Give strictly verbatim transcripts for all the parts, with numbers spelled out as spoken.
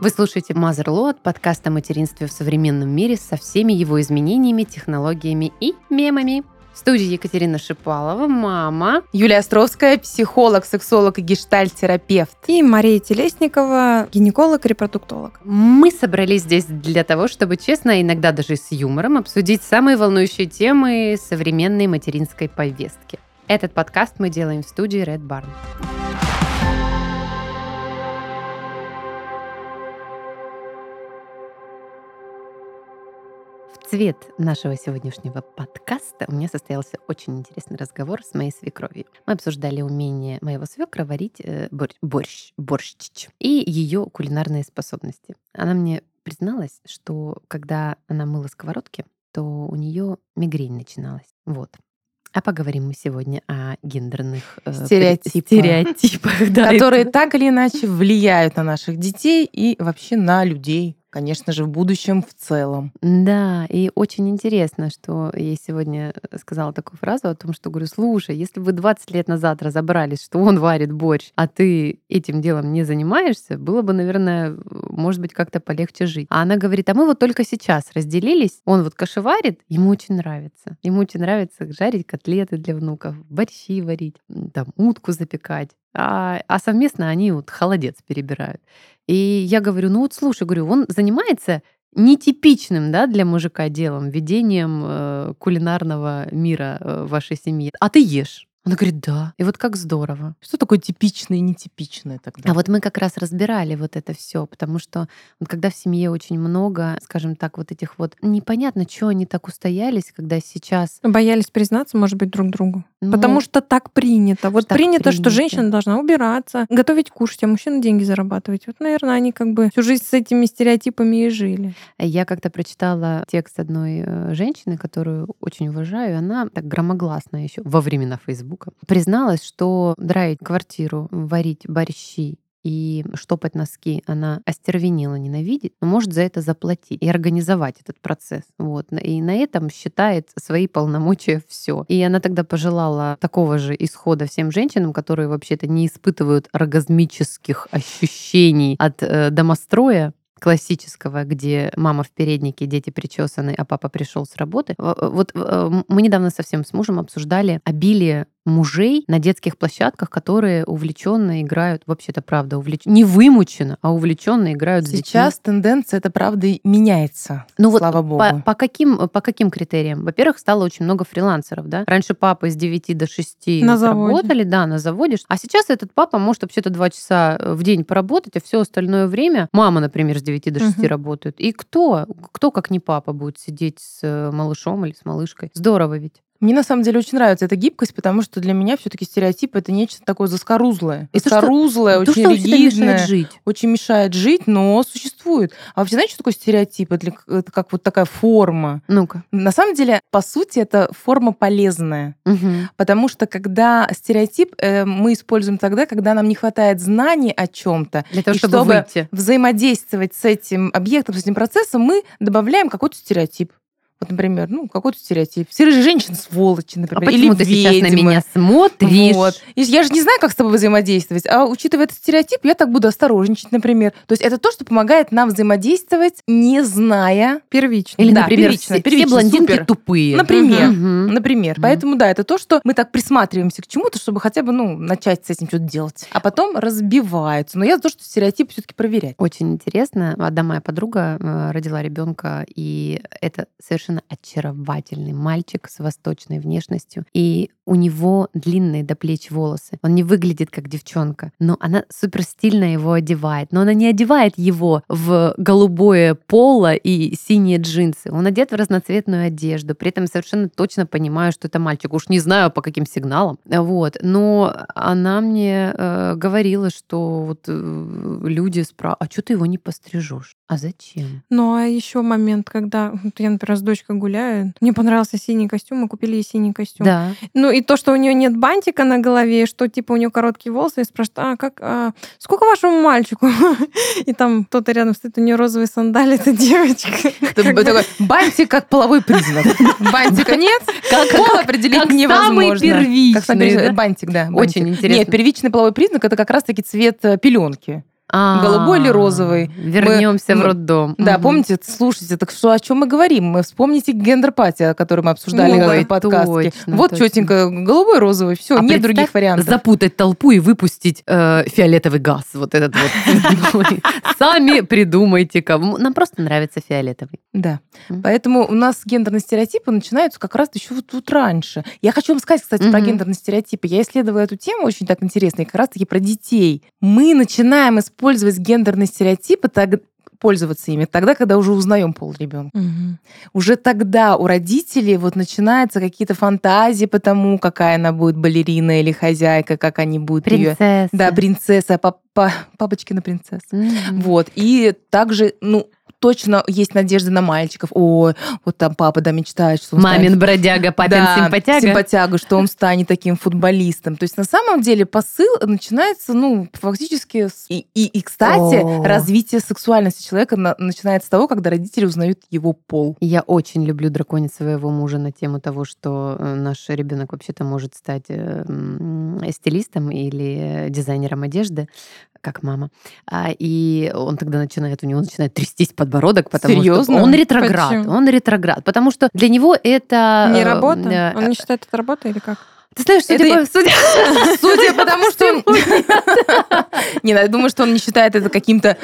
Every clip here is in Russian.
Вы слушаете Motherload, подкаст о материнстве в современном мире со всеми его изменениями, технологиями и мемами. В студии Екатерина Шипалова, мама. Юлия Островская, психолог, сексолог и гештальт-терапевт. И Мария Телесникова, гинеколог, репродуктолог. Мы собрались здесь для того, чтобы честно, иногда даже с юмором, обсудить самые волнующие темы современной материнской повестки. Этот подкаст мы делаем в студии Red Barn. В цвет нашего сегодняшнего подкаста у меня состоялся очень интересный разговор с моей свекровью. Мы обсуждали умение моего свекра варить э, борщ, борщ, борщ и ее кулинарные способности. Она мне призналась, что когда она мыла сковородки, то у нее мигрень начиналась. Вот. А поговорим мы сегодня о гендерных э, стереотипах, стереотипах да, которые это... так или иначе влияют на наших детей и вообще на людей. Конечно же, в будущем в целом. Да, и очень интересно, что я сегодня сказала такую фразу о том, что говорю, слушай, если бы двадцать лет назад разобрались, что он варит борщ, а ты этим делом не занимаешься, было бы, наверное, может быть, как-то полегче жить. А она говорит, а мы вот только сейчас разделились, он вот кашеварит, ему очень нравится. Ему очень нравится жарить котлеты для внуков, борщи варить, там, утку запекать. А, а совместно они вот холодец перебирают. И я говорю, ну вот слушай, говорю, он занимается нетипичным, да, для мужика делом, ведением э, кулинарного мира э, в вашей семье. А ты ешь? Она говорит, да. И вот как здорово. Что такое типичное и нетипичное тогда? А вот мы как раз разбирали вот это все, потому что вот когда в семье очень много, скажем так, вот этих вот непонятно, что они так устоялись, когда сейчас... Боялись признаться, может быть, друг другу. Ну, потому что так принято. Вот так принято, принято, что женщина должна убираться, готовить, кушать, а мужчина деньги зарабатывать. Вот, наверное, они как бы всю жизнь с этими стереотипами и жили. Я как-то прочитала текст одной женщины, которую очень уважаю, и она так громогласно еще во времена Фейсбука призналась, что драить квартиру, варить борщи и штопать носки она остервенела ненавидит, но может за это заплатить и организовать этот процесс. Вот. И на этом считает свои полномочия все. И она тогда пожелала такого же исхода всем женщинам, которые вообще-то не испытывают оргазмических ощущений от э, домостроя классического, где мама в переднике, дети причесаны, а папа пришел с работы. Вот мы недавно совсем с мужем обсуждали обилие мужей на детских площадках, которые увлеченно играют, вообще-то правда, увлеч... не вымученно, а увлеченно играют с детьми. Сейчас тенденция, это правда, меняется, ну слава вот богу. По, по, каким, по каким критериям? Во-первых, стало очень много фрилансеров, да? Раньше папы с девяти до шести на работали, да, на заводе. А сейчас этот папа может вообще-то два часа в день поработать, а все остальное время мама, например, с девяти до шести uh-huh. работает. И кто? Кто, как не папа, будет сидеть с малышом или с малышкой? Здорово ведь. Мне на самом деле очень нравится эта гибкость, потому что для меня все-таки стереотип это нечто такое заскорузлое. Это заскорузлое, что, очень то, ригидное, мешает жить. очень мешает жить, но существует. А вообще, знаете, что такое стереотип? Это, это как вот такая форма. Ну-ка. На самом деле, по сути, это форма полезная. Угу. Потому что когда стереотип э, мы используем тогда, когда нам не хватает знаний о чем-то, для того, и чтобы, чтобы выйти. взаимодействовать с этим объектом, с этим процессом, мы добавляем какой-то стереотип. Вот, например, ну, какой-то стереотип. Все же женщины сволочи, например. А почему или ты ведьмы. сейчас на меня смотришь? Вот. И я же не знаю, как с тобой взаимодействовать. А учитывая этот стереотип, я так буду осторожничать, например. То есть это то, что помогает нам взаимодействовать, не зная... Первично. Или, да, например, первично, все, первично, все блондинки супер. тупые. Например. Угу. Например. Угу. Поэтому, да, это то, что мы так присматриваемся к чему-то, чтобы хотя бы, ну, начать с этим что-то делать. А потом разбиваются. Но я за то, что стереотип все-таки проверять. Очень интересно. Одна моя подруга родила ребенка, и это совершенно очаровательно. Мальчик с восточной внешностью, и у него длинные до плеч волосы. Он не выглядит как девчонка, но она супер стильно его одевает. Но она не одевает его в голубое поло и синие джинсы. Он одет в разноцветную одежду. При этом совершенно точно понимаю, что это мальчик. Уж не знаю, по каким сигналам. Вот. Но она мне э, говорила, что вот э, люди спрашивают, а что ты его не пострижешь? А зачем? Ну, а еще момент, когда вот я, например, с дочкой гуляю, мне понравился синий костюм, мы купили ей синий костюм. Да. Ну, и то, что у нее нет бантика на голове, что, типа, у нее короткие волосы, я спрашиваю, а, как, а, сколько вашему мальчику? И там кто-то рядом стоит, у нее розовые сандали, это девочка. Такой бантик как половой признак. Бантика нет, пол определить невозможно. Самый первичный. Бантик, да. Очень интересно. Нет, первичный половой признак — это как раз-таки цвет пеленки. А, Голубой или розовый? Вернемся Мы- в роддом. Да, Мгм. помните, слушайте, так что о чем мы говорим? Мы вспомните гендер-пати, о которой мы обсуждали Ой, в подкасте. точно, Вот точно. четенько, голубой, розовый, все, А нет представь, других вариантов. запутать толпу и выпустить э, фиолетовый газ, вот этот вот цветной. Сами придумайте, кому. Нам просто нравится фиолетовый. Да. Мгм. Поэтому у нас гендерные стереотипы начинаются как раз еще вот тут раньше. Я хочу вам сказать, кстати, про Мгм. гендерные стереотипы. Я исследовала эту тему очень так интересно, и как раз-таки про детей. Мы начинаем использовать гендерные стереотипы, так, пользоваться ими тогда, когда уже узнаем пол ребенка. Мгм. Уже тогда у родителей вот начинаются какие-то фантазии по тому, какая она будет балерина или хозяйка, как они будут ее... Принцесса. Да, принцесса, папа, папочкина принцесса. Мгм. Вот. И также, ну, точно есть надежды на мальчиков. Ой, вот там папа, да, мечтает, что он Мамин станет... бродяга, папин Да, симпатяга. симпатяга, что он станет таким футболистом. То есть на самом деле посыл начинается, ну, фактически... с- И, и, и, кстати, О. развитие сексуальности человека на- начинается с того, когда родители узнают его пол. Я очень люблю драконить своего мужа на тему того, что э, наш ребенок вообще-то может стать э, м, стилистом или дизайнером одежды, как мама. А, И он тогда начинает, у него начинает трястись подбородок, потому Серьезно? что он ретроград. Почему? Он ретроград. Потому что для него это... Не э, работа? э, Он не считает это работой или как? Ты знаешь, судя Это- по... судя- Судя по тому, что он... Не, я думаю, что он не считает это каким-то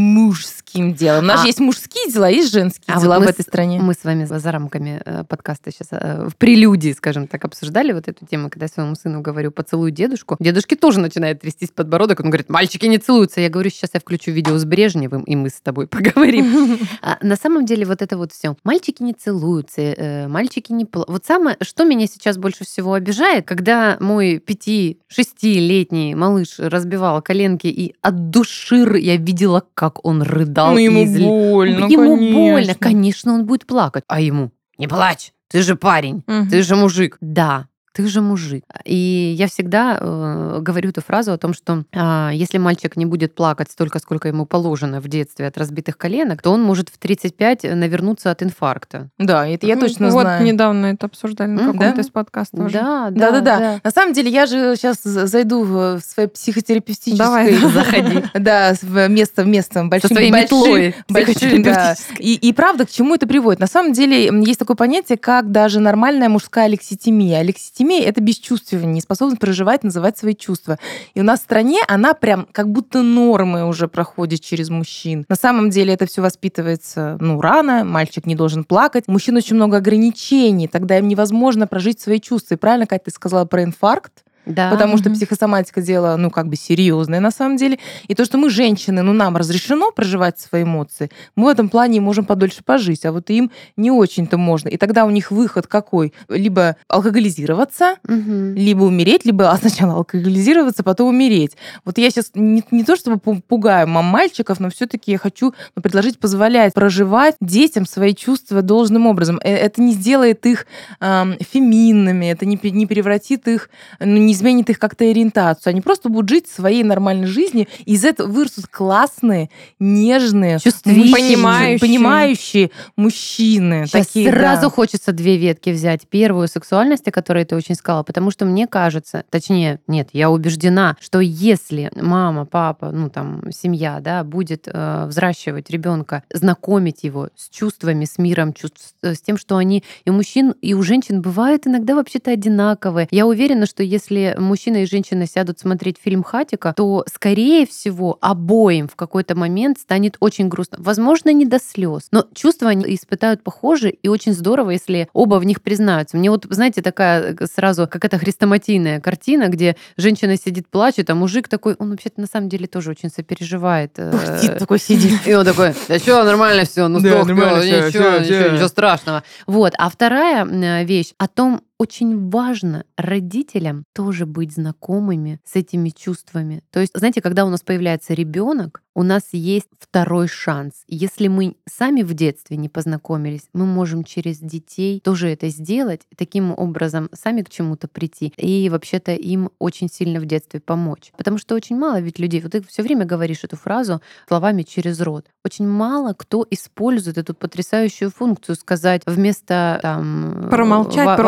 мужским делом. У нас А- же есть мужские дела, есть женские А вот дела мы в с- этой стране. Мы с вами за рамками э, подкаста сейчас в прелюдии, скажем так, обсуждали вот эту тему, когда я своему сыну говорю, поцелуй дедушку. Дедушке тоже начинает трястись подбородок. Он говорит, мальчики не целуются. Я говорю, сейчас я включу видео с Брежневым, и мы с тобой поговорим. А на самом деле вот это вот все. Мальчики не целуются, э, мальчики не... пла- Вот самое, что меня сейчас больше всего обижает, когда мой пяти-шестилетний малыш разбивал коленки, и от души р- я видела, как он рыдал. Ну, ему и зли- больно, Ему конечно. больно, конечно, он будет плакать. А ему, не плачь, ты же парень, Мгм. ты же мужик. Да, ты же мужик. И я всегда э, говорю эту фразу о том, что а, если мальчик не будет плакать столько, сколько ему положено в детстве от разбитых коленок, то он может в тридцать пять навернуться от инфаркта. Да, это я Ну, точно вот знаю. недавно это обсуждали на М, каком-то да? из подкастов. уже. Да, да, Да-да-да. На самом деле, я же сейчас зайду в свое психотерапевтическое... Давай, заходи. Да, в место, в место большим, Со своей большим, метлой большим, да. психотерапевтической. И, и правда, к чему это приводит? На самом деле, м, есть такое понятие, как даже нормальная мужская алекситимия. Алекситимия — это бесчувствие, неспособность проживать, называть свои чувства. И у нас в стране она прям как будто нормы уже проходит через мужчин. На самом деле это все воспитывается, ну, рано, мальчик не должен плакать. У мужчин очень много ограничений, тогда им невозможно прожить свои чувства. И правильно, Катя, ты сказала про инфаркт, Да. потому что Мгм. психосоматика дело, ну, как бы серьезное на самом деле. И то, что мы, женщины, ну, нам разрешено проживать свои эмоции, мы в этом плане можем подольше пожить, а вот им не очень-то можно. И тогда у них выход какой? Либо алкоголизироваться, Мгм. либо умереть, либо а, сначала алкоголизироваться, потом умереть. Вот я сейчас не, не то чтобы пу- пугаю мам мальчиков, но все-таки я хочу ну, предложить позволять проживать детям свои чувства должным образом. Э, Это не сделает их ам, феминными, это не, пе- не превратит их, ну, не изменит их как-то ориентацию. Они просто будут жить своей нормальной жизнью, и из этого вырастут классные, нежные, Чувствительные. мужчины, Понимающие. понимающие мужчины. Сейчас такие, да. сразу хочется две ветки взять. Первую — сексуальность, о которой ты очень сказала, потому что мне кажется, точнее, нет, я убеждена, что если мама, папа, ну там семья, да, будет э, взращивать ребенка, знакомить его с чувствами, с миром, чувств, с тем, что они и у мужчин, и у женщин бывают иногда вообще-то одинаковые. Я уверена, что если мужчина и женщина сядут смотреть фильм «Хатико», то, скорее всего, обоим в какой-то момент станет очень грустно. Возможно, не до слез, но чувства они испытают похожие, и очень здорово, если оба в них признаются. Мне вот, знаете, такая сразу какая-то хрестоматийная картина, где женщина сидит, плачет, а мужик такой, он вообще-то на самом деле тоже очень сопереживает. э, Пыхтит такой сидит. И он такой, да что, нормально все, ну Да, сдох, нормально всё, всё, ничего, всё, ничего, всё. ничего страшного. Вот. А вторая э, вещь о том, очень важно родителям тоже быть знакомыми с этими чувствами. То есть, знаете, когда у нас появляется ребенок, у нас есть второй шанс. Если мы сами в детстве не познакомились, мы можем через детей тоже это сделать, таким образом сами к чему-то прийти и вообще-то им очень сильно в детстве помочь. Потому что очень мало ведь людей, вот ты все время говоришь эту фразу словами через рот, очень мало кто использует эту потрясающую функцию сказать вместо там Промолчать ва- просто, вашу да.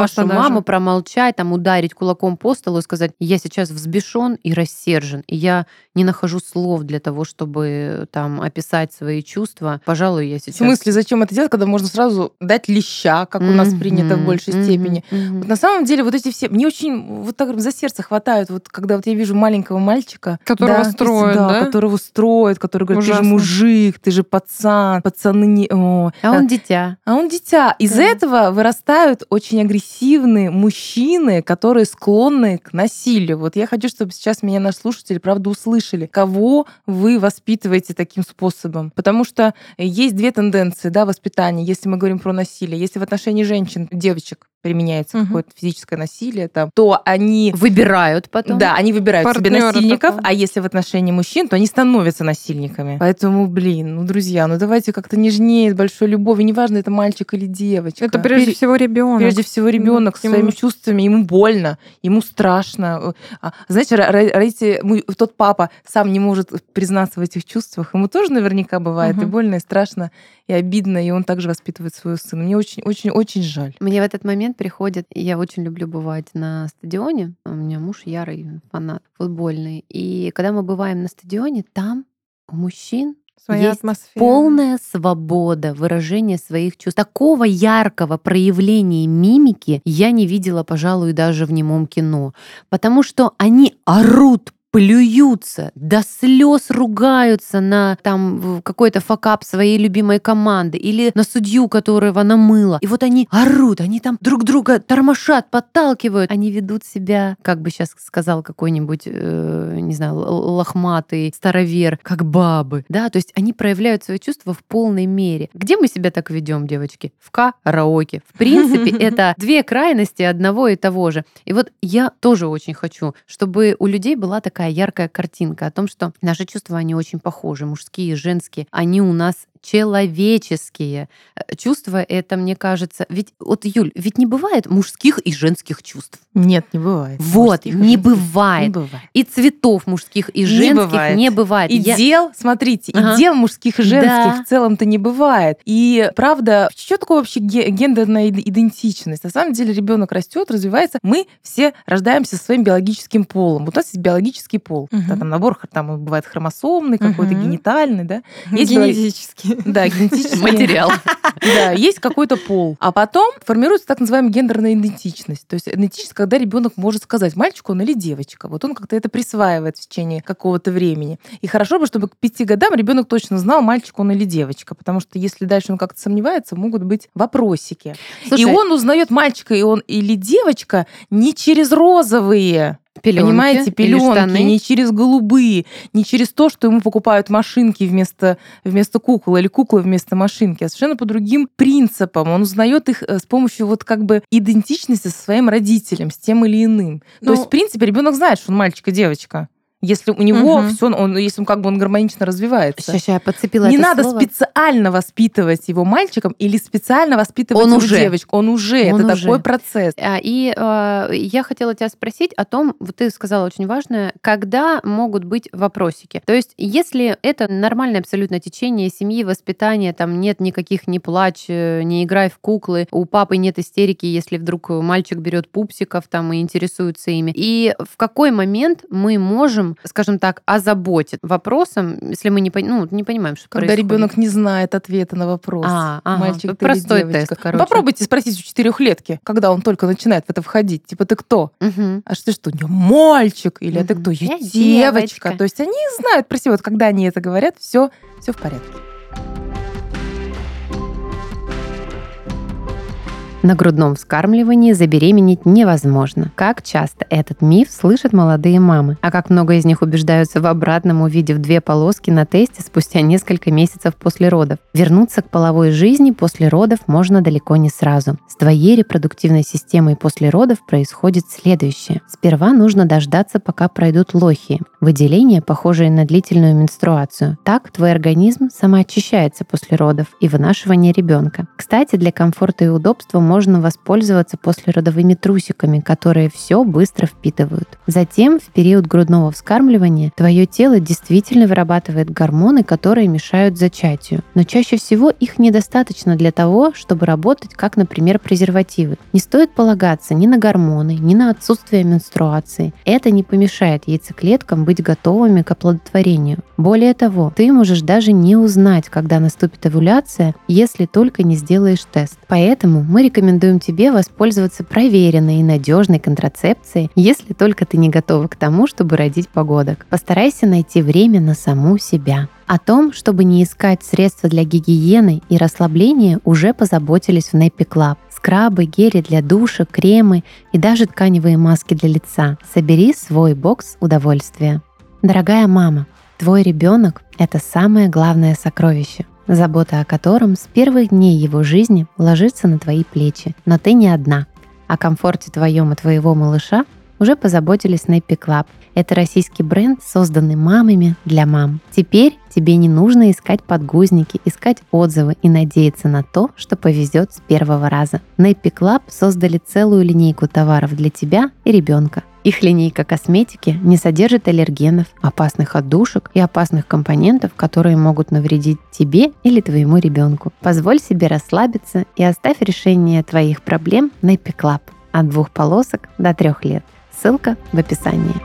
маму промолчать, там ударить кулаком по столу и сказать: я сейчас взбешен и рассержен, и я не нахожу слов для того, чтобы там описать свои чувства. Пожалуй, я сейчас... В смысле, зачем это делать, когда можно сразу дать леща, как у нас Мгм, принято в большей мгм, степени? мгм. Вот на самом деле вот эти все... Мне очень вот так за сердце хватают, вот когда вот я вижу маленького мальчика, Которого да, то есть, строят, да? которого строят, который говорит: ты же Ужасно. мужик, ты же пацан, пацаны не... О, А он дитя. а он дитя. Из Да. этого вырастают очень агрессивные мужчины, которые склонны к насилию. Вот я хочу, чтобы сейчас меня наши слушатели, правда, услышали, кого вы воспитываете таким способом. Потому что есть две тенденции, да, воспитания, если мы говорим про насилие. Если в отношении женщин, девочек применяется Мгм. какое-то физическое насилие, там, то они... Выбирают потом. Да, они выбирают себе Партнёра насильников, такого. а если в отношении мужчин, то они становятся насильниками. Поэтому, блин, ну, друзья, ну давайте как-то нежнее, с большой любовью. Неважно, это мальчик или девочка. Это прежде Пер- всего ребенок. Прежде всего ребенок Ему- своими чувствами, ему больно, ему страшно. А, Знаете, ро- ро- родители, мы- тот папа сам не может признаться в этих чувствах, ему тоже наверняка бывает и Мгм. больно, и страшно, и обидно, и он также воспитывает своего сына. Мне очень, очень, очень жаль. Мне в этот момент приходит, я очень люблю бывать на стадионе, у меня муж ярый фанат футбольный, и когда мы бываем на стадионе, там у мужчин Своя есть атмосфера. полная свобода выражения своих чувств. Такого яркого проявления мимики я не видела, пожалуй, даже в немом кино, потому что они орут, плюются, до слез ругаются на там в- какой-то факап своей любимой команды или на судью, которого намыло. И вот они орут, они там друг друга тормошат, подталкивают. Они ведут себя, как бы сейчас сказал какой-нибудь, э, не знаю, л- лохматый старовер, как бабы. Да, то есть они проявляют свои чувства в полной мере. Где мы себя так ведем, девочки? В караоке. В принципе, это две крайности одного и того же. И вот я тоже очень хочу, чтобы у людей была такая яркая картинка о том, что наши чувства, они очень похожи, мужские и женские, они у нас человеческие. Э, Чувства — это, мне кажется... Ведь, вот, Юль, ведь не бывает мужских и женских чувств. Нет, не бывает. Вот, Мужских и не женских бывает. Не бывает. И цветов мужских и Не женских бывает. не бывает. И Я- дел, смотрите, Ага. и дел мужских и женских Да. в целом-то не бывает. И правда, что такое вообще ге- гендерная ид- идентичность? На самом деле ребенок растет, развивается. Мы все рождаемся со своим биологическим полом. Вот у нас есть биологический пол. Мгм. Да, там набор, там он бывает хромосомный, какой-то Мгм. генитальный, да? Есть био- Генетически. Да, генетический Материал. Да, есть какой-то пол. А потом формируется так называемая гендерная идентичность. То есть идентичность, когда ребенок может сказать, мальчик он или девочка. Вот он как-то это присваивает в течение какого-то времени. И хорошо бы, чтобы к пяти годам ребенок точно знал, мальчик он или девочка. Потому что если дальше он как-то сомневается, могут быть вопросики. Слушай, И он узнает, мальчика и он или девочка, не через розовые. пелёнки Понимаете, или пеленки, штаны. не через голубые, не через то, что ему покупают машинки вместо, вместо кукол или куклы вместо машинки, а совершенно по другим принципам. Он узнает их э, с помощью вот как бы идентичности со своим родителем, с тем или иным. Ну, То есть, в принципе, ребенок знает, что он мальчик и девочка. Если у него Мгм. все, он, если он как бы он гармонично развивается. Сейчас я подцепила Не это надо слово. специально воспитывать его мальчиком или специально воспитывать Он его уже. девочку. Он уже. Он это уже. такой процесс. А, И э, я хотела тебя спросить о том, вот ты сказала очень важное, когда могут быть вопросики. То есть, если это нормальное абсолютно течение семьи, воспитания, там нет никаких не плачь, э, не играй в куклы, у папы нет истерики, если вдруг мальчик берет пупсиков там и интересуется ими. И в какой момент мы можем, скажем так, озаботить вопросом, если мы не, пон- ну, не понимаем, что Когда происходит? ребенок не знает ответа на вопрос, А, ага. мальчик ты Простой или девочка. тест, короче. Попробуйте спросить у четырехлетки, когда он только начинает в это входить. Типа, ты кто? Мгм. А что, что? Я мальчик. Или а ты Мгм. кто? Я, Я девочка. девочка. То есть они знают про себя. Вот когда они это говорят, все, все в порядке. На грудном вскармливании забеременеть невозможно. Как часто этот миф слышат молодые мамы, а как много из них убеждаются в обратном, увидев две полоски на тесте спустя несколько месяцев после родов. Вернуться к половой жизни после родов можно далеко не сразу. С твоей репродуктивной системой после родов происходит следующее. Сперва нужно дождаться, пока пройдут лохи, выделения, похожие на длительную менструацию. Так твой организм самоочищается после родов и вынашивания ребенка. Кстати, для комфорта и удобства можно можно воспользоваться послеродовыми трусиками, которые все быстро впитывают. Затем, в период грудного вскармливания, твое тело действительно вырабатывает гормоны, которые мешают зачатию. Но чаще всего их недостаточно для того, чтобы работать как, например, презервативы. Не стоит полагаться ни на гормоны, ни на отсутствие менструации. Это не помешает яйцеклеткам быть готовыми к оплодотворению. Более того, ты можешь даже не узнать, когда наступит овуляция, если только не сделаешь тест. Поэтому мы рекомендуем тебе воспользоваться проверенной и надежной контрацепцией, если только ты не готова к тому, чтобы родить погодок. Постарайся найти время на саму себя. О том, чтобы не искать средства для гигиены и расслабления, уже позаботились в Nappy Club. Скрабы, гели для душа, кремы и даже тканевые маски для лица. Собери свой бокс удовольствия. Дорогая мама, твой ребенок – это самое главное сокровище, забота о котором с первых дней его жизни ложится на твои плечи. Но ты не одна. О комфорте твоем и твоего малыша уже позаботились Nappy Club. Это российский бренд, созданный мамами для мам. Теперь тебе не нужно искать подгузники, искать отзывы и надеяться на то, что повезет с первого раза. Nappy Club создали целую линейку товаров для тебя и ребенка. Их линейка косметики не содержит аллергенов, опасных отдушек и опасных компонентов, которые могут навредить тебе или твоему ребенку. Позволь себе расслабиться и оставь решение твоих проблем Nappy Club. От двух полосок до трех лет. Ссылка в описании.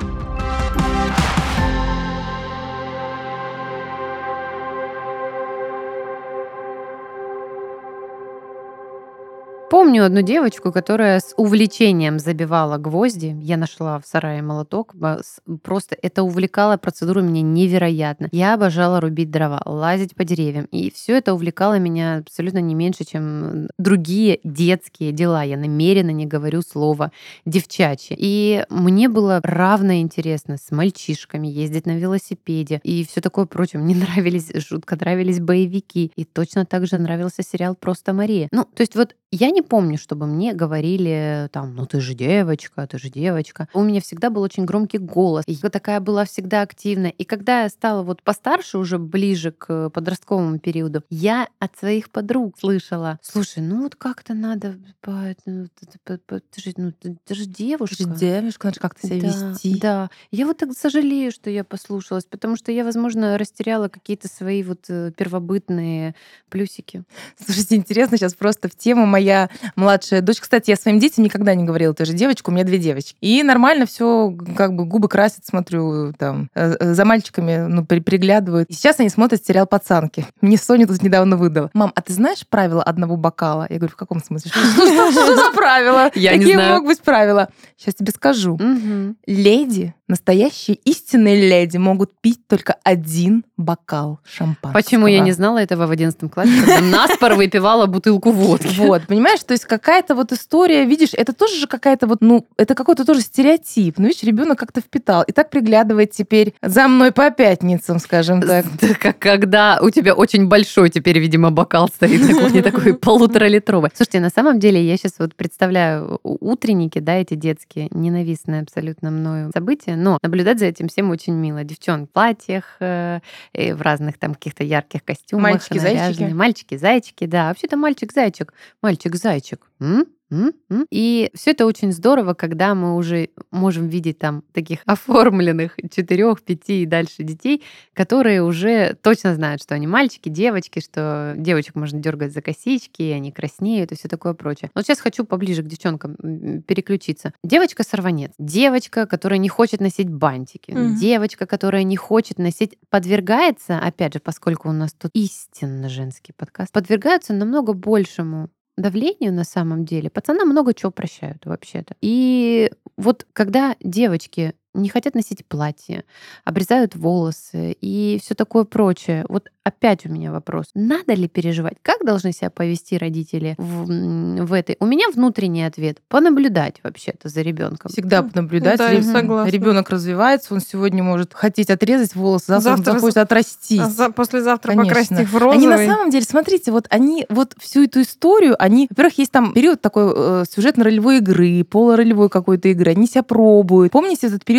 Помню одну девочку, которая с увлечением забивала гвозди. Я нашла в сарае молоток. Просто это увлекало, процедуру меня невероятно. Я обожала рубить дрова, лазить по деревьям. И все это увлекало меня абсолютно не меньше, чем другие детские дела. Я намеренно не говорю слово девчачье. И мне было равно интересно с мальчишками ездить на велосипеде и все такое прочее. Мне нравились, жутко нравились боевики. И точно так же нравился сериал «Просто Мария». Ну, то есть вот я не помню, чтобы мне говорили там, ну ты же девочка, ты же девочка. У меня всегда был очень громкий голос. И я такая была всегда активная. И когда я стала вот постарше, уже ближе к подростковому периоду, я от своих подруг слышала: слушай, ну вот как-то надо, по- ну, ты, ты- ты же, ну, ты- ты же девушка. Ты же девушка, надо же как-то себя Да, вести. да. Я вот так сожалею, что я послушалась, потому что я, возможно, растеряла какие-то свои вот э, первобытные плюсики. Слушайте, интересно, сейчас просто в тему моя младшая дочь. Кстати, я своим детям никогда не говорила, ты же девочка, у меня две девочки. И нормально все, как бы губы красят, смотрю, там, э, за мальчиками, ну, при- приглядывают. И сейчас они смотрят сериал «Пацанки». Мне Соня тут недавно выдала: мам, а ты знаешь правила одного бокала? Я говорю, в каком смысле? Что, что- что за правила? Я не Какие знаю. могут быть правила? Сейчас тебе скажу. Мгм. Леди, настоящие истинные леди, могут пить только один бокал шампанского. Почему я не знала этого в одиннадцатом классе, когда наспор выпивала бутылку водки? Вот, понимаешь, то есть какая-то вот история, видишь, это тоже же какая-то вот, ну, это какой-то тоже стереотип. Ну, видишь, ребенок как-то впитал. И так приглядывает теперь за мной по пятницам, скажем так. Да, как когда у тебя очень большой теперь, видимо, бокал стоит на кухне, такой полуторалитровый. Слушайте, на самом деле я сейчас вот представляю утренники, да, эти детские, ненавистные абсолютно мною события, но наблюдать за этим всем очень мило. Девчонки в платьях, э, и в разных там каких-то ярких костюмах. Мальчики-зайчики. наряженные. Мальчики-зайчики, да. Вообще-то мальчик-зайчик. Мальчик-зайчик. М? М? М? И все это очень здорово, когда мы уже можем видеть там таких оформленных четырех, пяти и дальше детей, которые уже точно знают, что они мальчики, девочки, что девочек можно дергать за косички, и они краснеют и все такое прочее. Но сейчас хочу поближе к девчонкам м, переключиться. Девочка-сорванец, девочка, которая не хочет носить бантики, Мгм. девочка, которая не хочет носить, подвергается, опять же, поскольку у нас тут истинно женский подкаст, подвергаются намного большему давлению на самом деле. Пацанам много чего прощают вообще-то. И вот когда девочки не хотят носить платье, обрезают волосы и все такое прочее, вот опять у меня вопрос. Надо ли переживать? Как должны себя повести родители в, м, в этой? У меня внутренний ответ. Понаблюдать вообще-то за ребенком. Всегда наблюдать. Да, я Реб- согласна. Ребенок развивается, он сегодня может хотеть отрезать волосы, завтра, Завтра он захочет отрастить. А за- послезавтра Конечно. покрасить их в Они розовый. на самом деле, смотрите, вот они вот всю эту историю, они, во-первых, есть там период такой э, сюжетно-ролевой игры, полуролевой какой-то игры, они себя пробуют. Помните этот период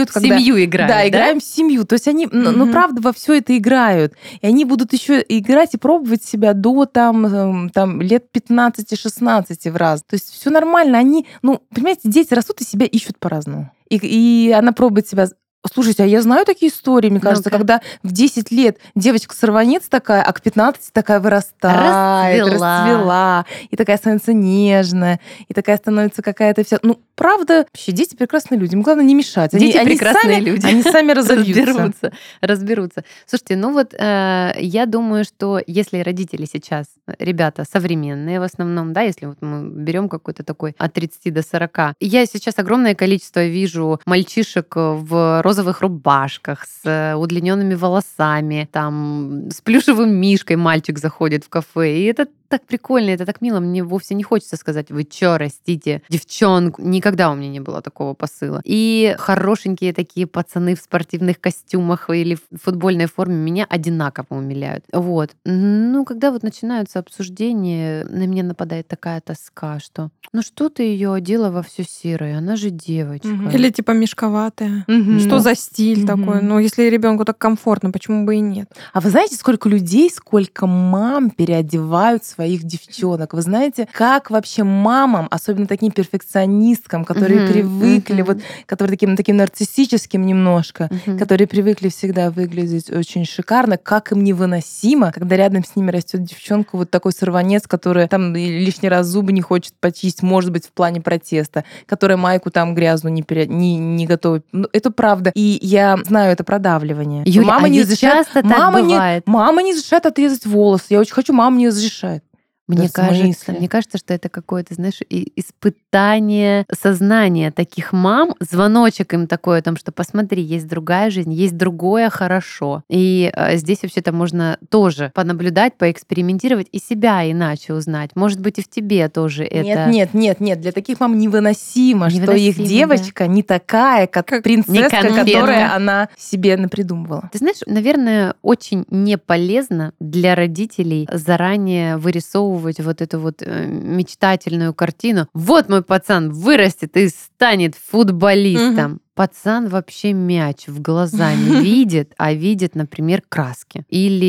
период, В когда... семью играют, Да, да? играем в семью. То есть они, ну, ну, Мгм. правда, во все это играют. И они будут еще играть и пробовать себя до там, эм, там лет пятнадцати-шестнадцати в раз. То есть все нормально. Они, ну, понимаете, дети растут и себя ищут по-разному. И, и она пробует себя. Слушайте, а я знаю такие истории, мне кажется, Ну-ка. когда в десять лет девочка-сорванец такая, а к пятнадцати такая вырастает, Расцвела. расцвела, и такая становится нежная, и такая становится какая-то вся... Ну, правда, вообще дети прекрасные люди, им главное не мешать. Они, Дети они прекрасные сами, люди. Они сами разовьются. разберутся, разберутся. Слушайте, ну вот э, я думаю, что если родители сейчас, ребята современные в основном, да, если вот мы берем какой-то такой от тридцати до сорока, я сейчас огромное количество вижу мальчишек в розовых рубашках с удлиненными волосами, там с плюшевым мишкой мальчик заходит в кафе, и это так прикольно, это так мило. Мне вовсе не хочется сказать, вы чё, растите девчонку. Никогда у меня не было такого посыла. И хорошенькие такие пацаны в спортивных костюмах или в футбольной форме меня одинаково умиляют. Вот. Ну, когда вот начинаются обсуждения, на меня нападает такая тоска, что ну что ты ее одела во все серое, она же девочка. Мгм. Или типа мешковатая. Мгм. Что за стиль Мгм. такой? Ну, если ребенку так комфортно, почему бы и нет? А вы знаете, сколько людей, сколько мам переодевают своих девчонок? Вы знаете, как вообще мамам, особенно таким перфекционисткам, которые Мгм, привыкли, мгм. вот, которые таким, таким нарциссическим немножко, Мгм. которые привыкли всегда выглядеть очень шикарно, как им невыносимо, когда рядом с ними растет девчонка, вот такой сорванец, который там лишний раз зубы не хочет почистить, может быть, в плане протеста, которая майку там грязную не, пере... не, не готова. Ну, это правда. И я знаю это продавливание. Юля, мама а не ведь разрешает, часто так мама не, бывает. мама не разрешает отрезать волосы. Я очень хочу, мама не разрешает. Мне Да в кажется, смысле? мне кажется, что это какое-то, знаешь, и- испытание сознания таких мам, звоночек им такой о том, что посмотри, есть другая жизнь, есть другое хорошо. И э, здесь вообще-то можно тоже понаблюдать, поэкспериментировать и себя иначе узнать. Может быть, и в тебе тоже Нет, это нет, нет, нет. Для таких мам невыносимо, что их Невыносимо, девочка не такая, как, Как принцесска, конфетка. которая она себе напридумывала. Ты знаешь, наверное, очень не полезно для родителей заранее вырисовывать вот эту вот э, мечтательную картину. Вот мой пацан вырастет и станет футболистом. Пацан вообще мяч в глаза не видит, а видит, например, краски.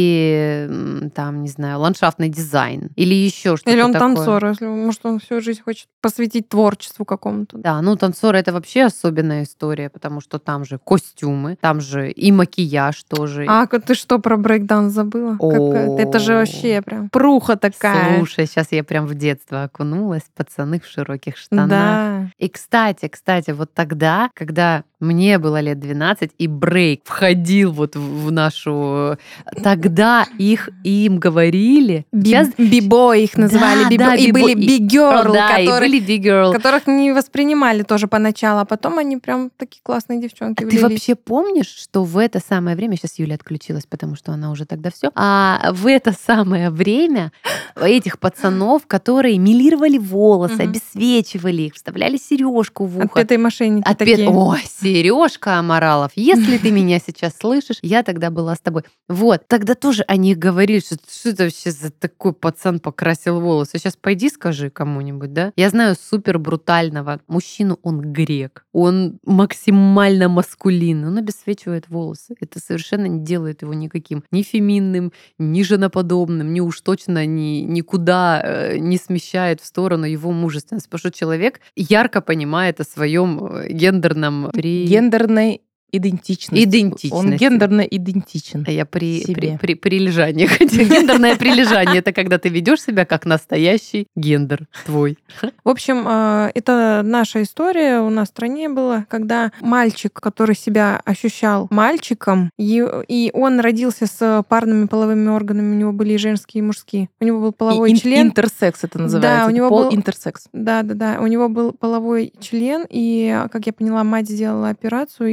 Или м, там, не знаю, ландшафтный дизайн. Или еще что-то Или он такое. танцор, если, может, он всю жизнь хочет посвятить творчеству какому-то. Да, ну танцоры это вообще особенная история, потому что там же костюмы, там же и макияж тоже. А ты что, про брейкданс забыла? Какая-то- Это же О. вообще прям пруха такая. Слушай, сейчас я прям в детство окунулась, пацаны в широких штанах. Да. И, кстати, кстати, вот тогда, когда мне было лет двенадцать, и брейк входил вот в в нашу... Тогда их им говорили. Би- Сейчас... Бибой их называли. Да, бибо- да, и бибо- были и- бигерл, да, и которые- были big girl. которых не воспринимали тоже поначалу, а потом они прям такие классные девчонки А ты влились. вообще помнишь, что в это самое время, сейчас Юля отключилась, потому что она уже тогда все, а в это самое время этих пацанов, которые милировали волосы, Мгм. обесвечивали их, вставляли сережку в ухо. Отпетые мошенники Отпет- такие. О, Сережка Аморалов, если ты меня сейчас слышишь, я тогда была с тобой. Вот, тогда тоже о них говорили, что что это вообще за такой пацан покрасил волосы. Сейчас пойди скажи кому-нибудь, да? Я знаю супер брутального мужчину, он грек, он максимально маскулинный, он обесцвечивает волосы. Это совершенно не делает его никаким ни феминным, ни женоподобным, ни уж точно ни, никуда э, не смещает в сторону его мужественность. Потому что человек ярко понимает о своем э, гендерном при... Гендерной идентичности. Идентичности. Он гендерно идентичен. А я при, себе. при, при, прилежании. Гендерное прилежание — это когда ты ведешь себя как настоящий гендер твой. В общем, э, это наша история у нас в стране была, когда мальчик, который себя ощущал мальчиком, и, и он родился с парными половыми органами, у него были и женские, и мужские. У него был половой И ин- член. Интерсекс это называется. Да, у Это него пол был- интерсекс. Да, да, да. У него был половой член, и, как я поняла, мать сделала операцию и удалила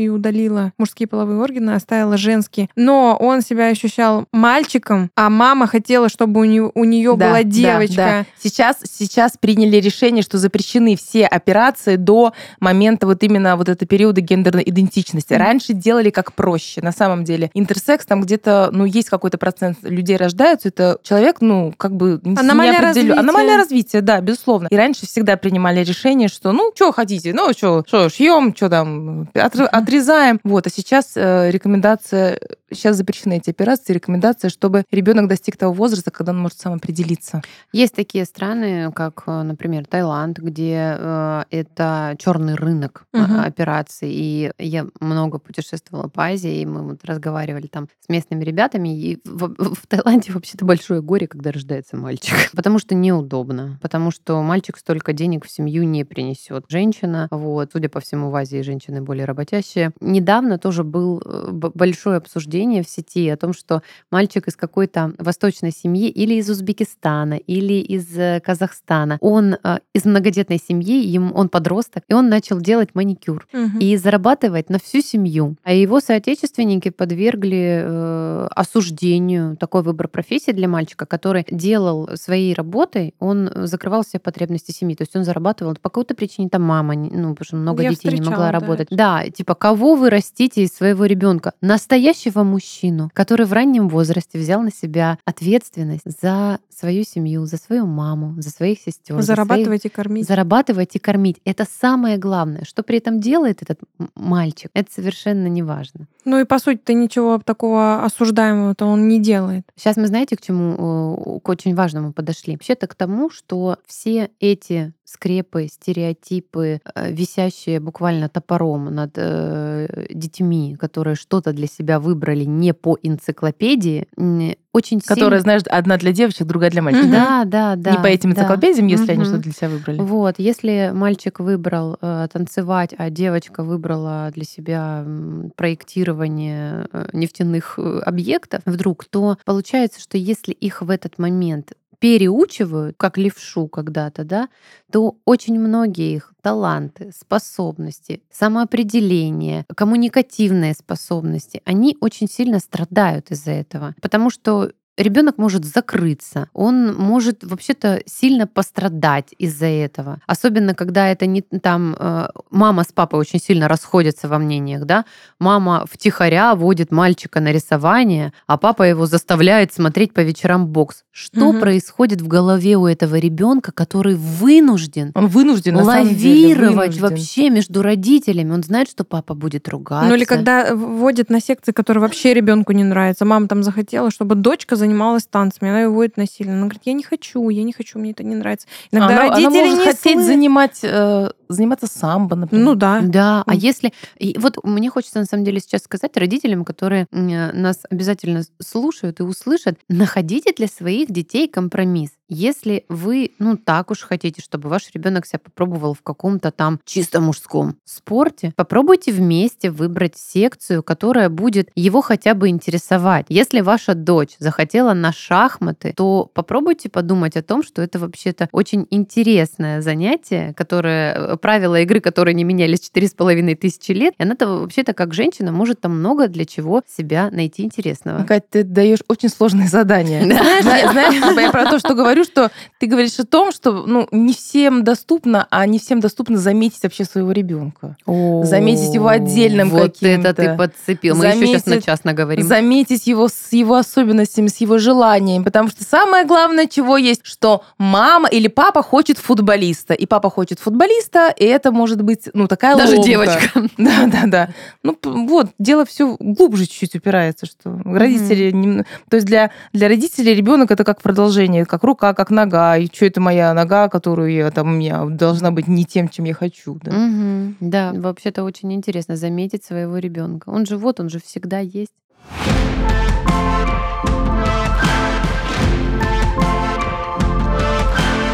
удалила мужские половые органы, оставила женские. Но он себя ощущал мальчиком, а мама хотела, чтобы у нее, у нее Да, была да, девочка. да. Сейчас, сейчас приняли решение, что запрещены все операции до момента вот именно вот этого периода гендерной идентичности. Мгм. Раньше делали как проще. На самом деле интерсекс, там где-то, ну, есть какой-то процент людей рождаются, это человек, ну, как бы не Аномалия определен- развития. Аномалия развития, да, безусловно. И раньше всегда принимали решение, что, ну, что хотите, ну, что, что шьем, что там, отр- отрезаем. Вот, а сейчас э, рекомендация, сейчас запрещены эти операции, рекомендация, чтобы ребенок достиг того возраста, когда он может сам определиться. Есть такие страны, как, э, например, Таиланд, где э, это черный рынок э, Мгм. операций. И я много путешествовала по Азии, и мы вот разговаривали там с местными ребятами. И в, в Таиланде вообще-то большое горе, когда рождается мальчик. Потому что неудобно. Потому что мальчик столько денег в семью не принесет. Женщина, вот, судя по всему, в Азии женщины более работящие. Недавно тоже был э, б- большое обсуждение в сети о том, что мальчик из какой-то восточной семьи или из Узбекистана, или из э, Казахстана, он э, из многодетной семьи, ему, он подросток, и он начал делать маникюр Мгм. и зарабатывать на всю семью. А его соотечественники подвергли э, осуждению такой выбор профессии для мальчика, который делал своей работой, он закрывал все потребности семьи. То есть он зарабатывал по какой-то причине, там мама, не- ну, потому что много Я детей не встречала, могла да, работать. это. Да, типа, кого вы растите из своего ребенка? Настоящего мужчину, который в раннем возрасте взял на себя ответственность за свою семью, за свою маму, за своих сестер, за своих Зарабатывать и кормить. зарабатывать и кормить. Это самое главное. Что при этом делает этот м- мальчик, это совершенно не важно. Ну и по сути-то ничего такого осуждаемого-то он не делает. Сейчас мы, знаете, к чему, э, к очень важному подошли? Вообще-то к тому, что все эти скрепы, стереотипы, э, висящие буквально топором над э, детьми, которые что-то для себя выбрали не по энциклопедии, м, очень Которая, сильно... знаешь, одна для девочек, другая для мальчиков. Да, да, да. Не по этим да. энциклопедиям, если они Мгм. что-то для себя выбрали. Вот, если мальчик выбрал э, танцевать, а девочка выбрала для себя м, проектирование э, нефтяных э, объектов вдруг, то получается, что если их в этот момент переучивают, как левшу когда-то, да, то очень многие их таланты, способности, самоопределение, коммуникативные способности, они очень сильно страдают из-за этого. Потому что ребенок может закрыться, он может вообще-то сильно пострадать из-за этого. Особенно, когда это не там э, мама с папой очень сильно расходятся во мнениях, да. Мама втихаря водит мальчика на рисование, а папа его заставляет смотреть по вечерам бокс. Что Мгм. происходит в голове у этого ребенка, который вынужден Он вынужден, на самом деле, лавировать вынужден. вообще между родителями? Он знает, что папа будет ругаться. Ну или когда вводят на секции, которые вообще ребенку не нравятся. Мама там захотела, чтобы дочка занималась танцами, она ее вводит насильно. Она говорит, я не хочу, я не хочу, мне это не нравится. Иногда она, родители она может не хотеть слышат. занимать, э, заниматься самбо, например. Ну да. Да, а М. если... И вот мне хочется на самом деле сейчас сказать родителям, которые м, нас обязательно слушают и услышат, находите для своих детей компромисс. Если вы, ну, так уж хотите, чтобы ваш ребенок себя попробовал в каком-то там чисто мужском спорте, попробуйте вместе выбрать секцию, которая будет его хотя бы интересовать. Если ваша дочь захотела на шахматы, то попробуйте подумать о том, что это вообще-то очень интересное занятие, которое, правила игры, которые не менялись четыре с половиной тысячи лет, и она-то вообще-то как женщина может там много для чего себя найти интересного. Кать, ты даешь очень сложные задания. Да. Зна- Знаешь, я про то, что говорю, что ты говоришь о том, что ну, не всем доступно, а не всем доступно заметить вообще своего ребенка. Заметить его отдельным вот каким-то. это ты подцепил. Мы еще сейчас на Заметить- час наговорим. Заметить его с его особенностями, с его желаниями. Потому что самое главное, чего есть, что мама или папа хочет футболиста. И папа хочет футболиста, и это может быть, ну, такая Даже ломка. девочка. Да, да, да. Ну, п- вот, дело все глубже чуть-чуть упирается, что родители... нем- То есть для, для родителей ребенок это как продолжение, как рука, как нога. И что это моя нога, которую я там у меня должна быть не тем, чем я хочу. Да? Мгм. Да, вообще-то очень интересно заметить своего ребенка. Он же вот, он же всегда есть.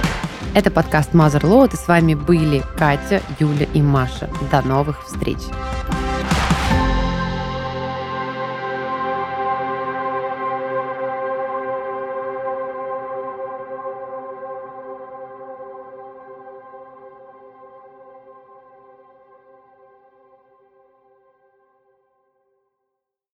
Это подкаст Mother Load, и с вами были Катя, Юля и Маша. До новых встреч!